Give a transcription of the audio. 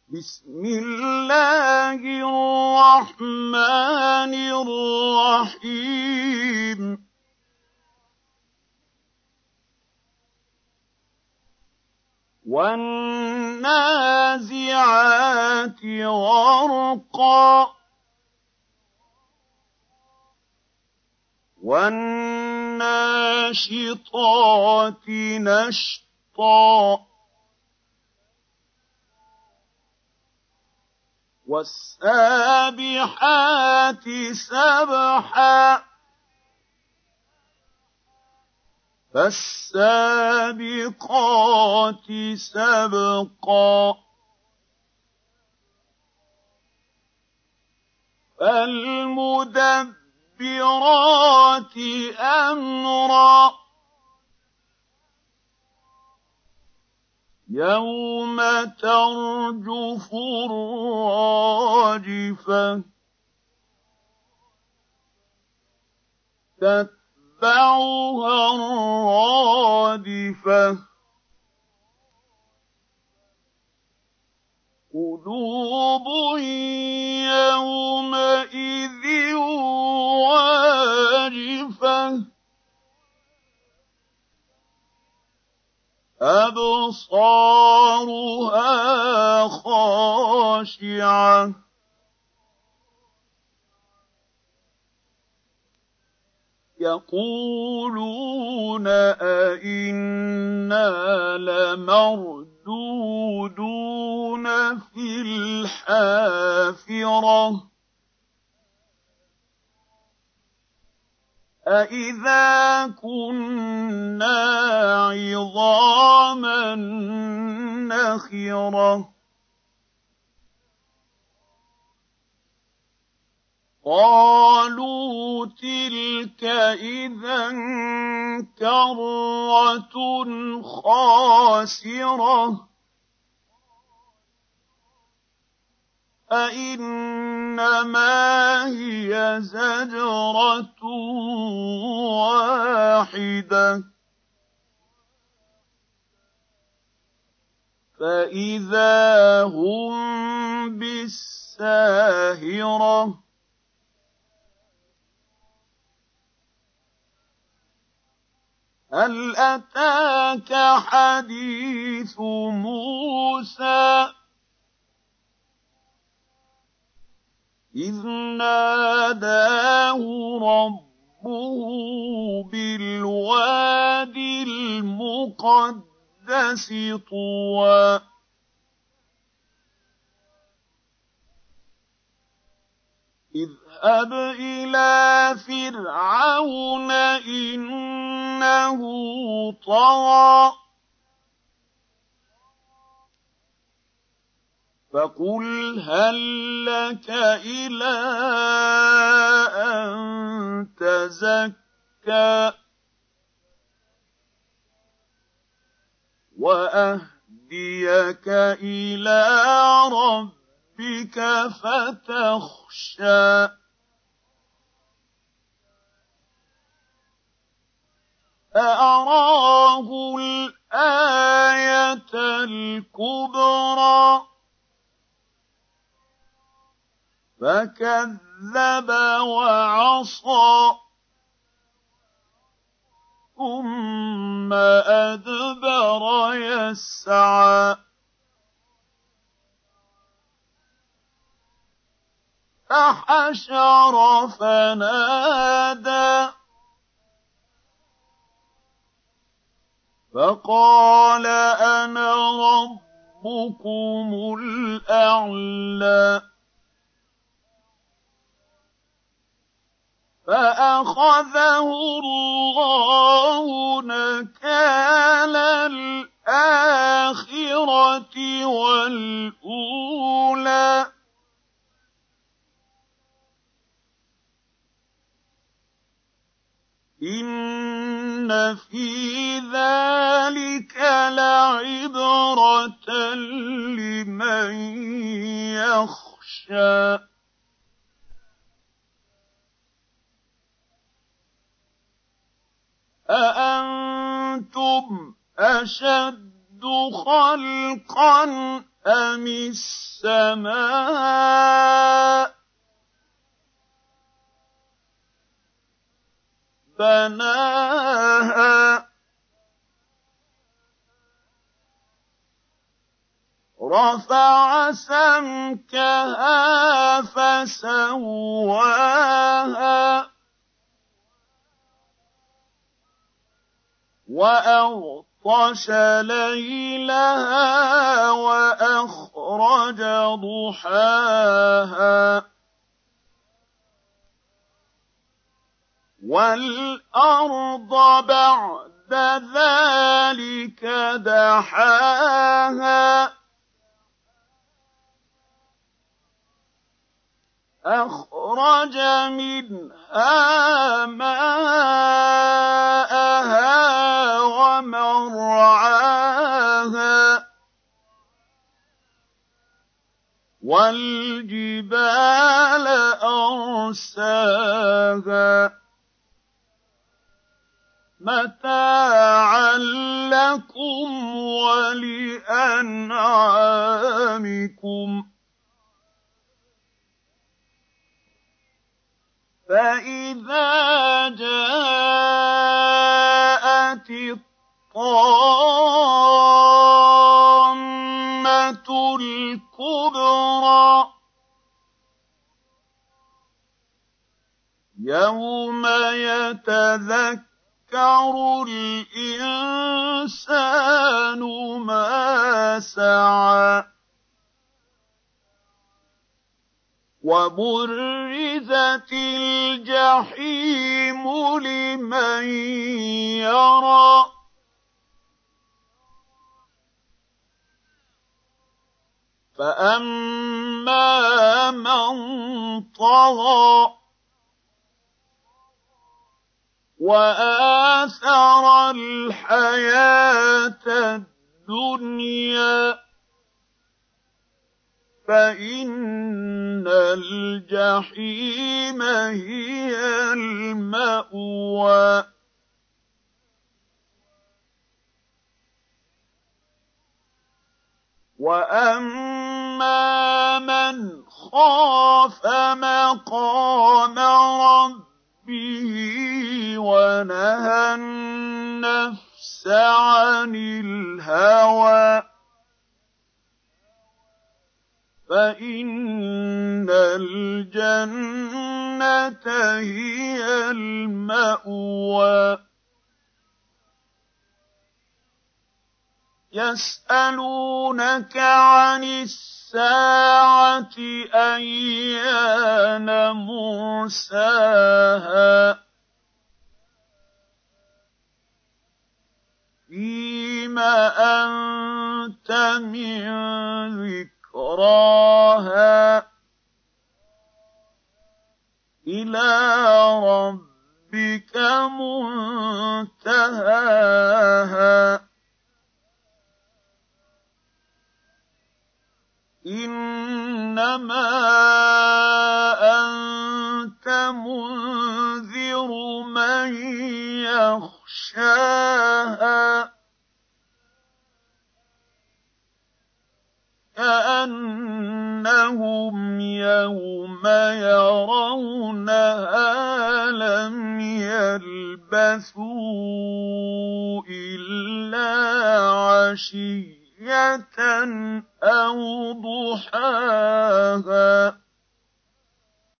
بسم الله الرحمن الرحيم والنازعات غرقا والناشطات نشطا والسابحات سبحا فالسابقات سبقا فالمدبرات أمرا يوم ترجف الراجفة تتبعها الرادفة قلوب يومئذ واجفة أبصارها خاشعة يقولون أئنا لمردودون في الحافرة أئذا كنا عظاما نخرة قالوا تلك إذا كرة خاسرة فإنما هي زجرة واحدة فإذا هم بالساهرة هل أتاك حديث موسى إذ ناداه ربه بالواد المقدس طوى اذهب إلى فرعون إنه طغى فقل هل لك إلى أن تزكى وأهديك إلى ربك فتخشى فأراه الآية الكبرى فكذب وعصى ثم أدبر يسعى فحشر فنادى فقال أنا ربكم الأعلى فأخذه الله نكال الآخرة والأولى إن في ذلك لعبرة لمن يخشى أأنتم أشد خلقا أَمِ السَّمَاءُ بَنَاهَا رَفَعَ سَمْكَهَا فَسَوَّاهَا وَأَغْطَشَ لَيْلَهَا وَأَخْرَجَ ضُحَاهَا وَالْأَرْضَ بَعْدَ ذَٰلِكَ دَحَاهَا أَخْرَجَ مِنْهَا مَاءَهَا وَمَرْعَاهَا وَالْجِبَالَ أَرْسَاهَا مَتَاعًا لَّكُمْ وَلِأَنْعَامِكُمْ فَإِذَا جَاءَتِ الطَّامَّةُ الْكُبْرَىٰ يَوْمَ يَتَذَكَّرُ الْإِنسَانُ مَا سَعَىٰ وَبُرِّزَتِ الْجَحِيمُ لِمَن يَرَىٰ فَأَمَّا مَن طَغَىٰ وَآثَرَ الْحَيَاةَ الدُّنْيَا فَإِنَّ الْجَحِيمَ هِيَ الْمَأْوَىٰ وَأَمَّا مَنْ خَافَ مَقَامَ رَبِّهِ وَنَهَى النَّفْسَ عَنِ الْهَوَىٰ فَإِنَّ الْجَنَّةَ هِيَ الْمَأْوَىٰ يَسْأَلُونَكَ عَنِ السَّاعَةِ أَيَّانَ مُرْسَاهَا فِيمَ أَنتَ مِن ذِكْرَاهَا إِلَىٰ رَبِّكَ مُنتَهَاهَا إِنَّمَا أَنتَ مُنذِرُ مَن يَخْشَاهَا كَأَنَّهُمْ يَوْمَ يَرَوْنَهَا لَمْ يَلْبَثُوا إِلَّا عَشِيَّةً أَوْ ضُحَاهَا